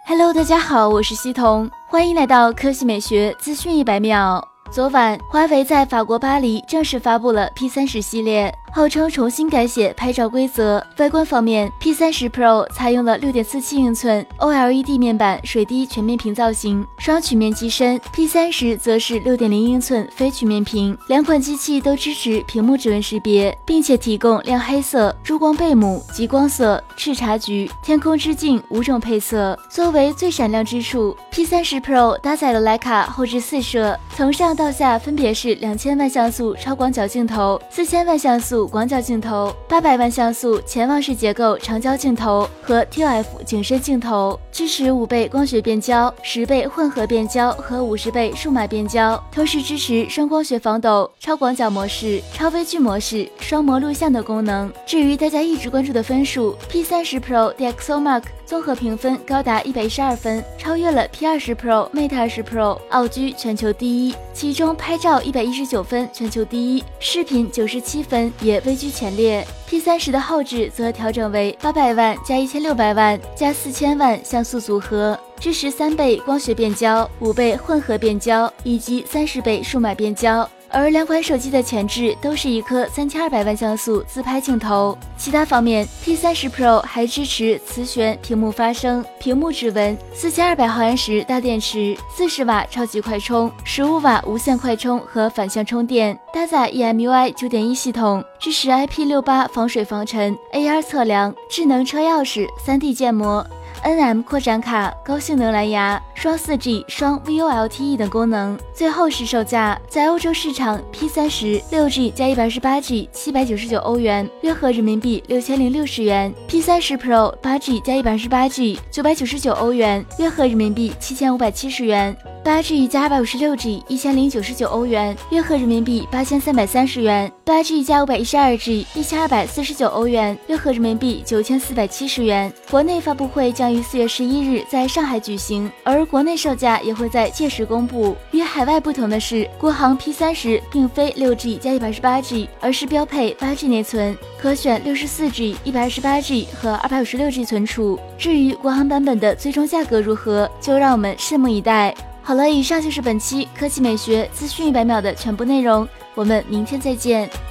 Hello， 大家好，我是西彤，欢迎来到科技美学资讯100秒。昨晚，华为在法国巴黎正式发布了 P30 系列，号称重新改写拍照规则。外观方面 ，P30 Pro 采用了 6.47 英寸 OLED 面板水滴全面屏造型，双曲面机身 ；P30 则是 6.0 英寸非曲面屏。两款机器都支持屏幕指纹识别，并且提供亮黑色、珠光贝母、极光色、赤茶橘、天空之镜5种配色。作为最闪亮之处 ，P30 Pro 搭载了徕卡后置4摄，从上到下分别是2000万像素超广角镜头、4000万像素广角镜头、800万像素潜望式结构长焦镜头和 ToF 景深镜头，支持5倍光学变焦、10倍混合变焦和50倍数码变焦，同时支持双光学防抖、超广角模式、超微距模式、双模录像的功能。至于大家一直关注的分数 ，P30 Pro DxOMark 综合评分高达112分，超越了 P20 Pro、Mate 20 Pro， 傲居全球第一。其中拍照119分，全球第一；视频97分，也位居前列。P30 的后置则调整为800万加1600万加4000万像素组合，支持3倍光学变焦、5倍混合变焦以及30倍数码变焦。而两款手机的前置都是一颗3200万像素自拍镜头。其他方面 ，P30 Pro 还支持磁悬屏幕发声、屏幕指纹、4200毫安时大电池、40瓦超级快充、15瓦无线快充和反向充电，搭载 EMUI 9.1系统，支持 IP68 防水防尘、AR 测量、智能车钥匙、3D 建模。NM 扩展卡、高性能蓝牙、双 4G 双 VoLTE 等功能。最后是售价，在欧洲市场 P30 6G 加 128G 799欧元，约合人民币6060元 ；P30 Pro 8G 加 128G 999欧元，约合人民币7570元；8G 加 256G 1099欧元，约合人民币8330元；8G 加 512G 1249欧元，约合人民币9470元。国内发布会将于4月11日在上海举行，而国内售价也会在届时公布。与海外不同的是，国行 P30 并非 6G 加 128G， 而是标配 8G 内存，可选 64G、128G 和256G 存储。至于国行版本的最终价格如何，就让我们拭目以待。好了，以上就是本期科技美学资讯100秒的全部内容，我们明天再见。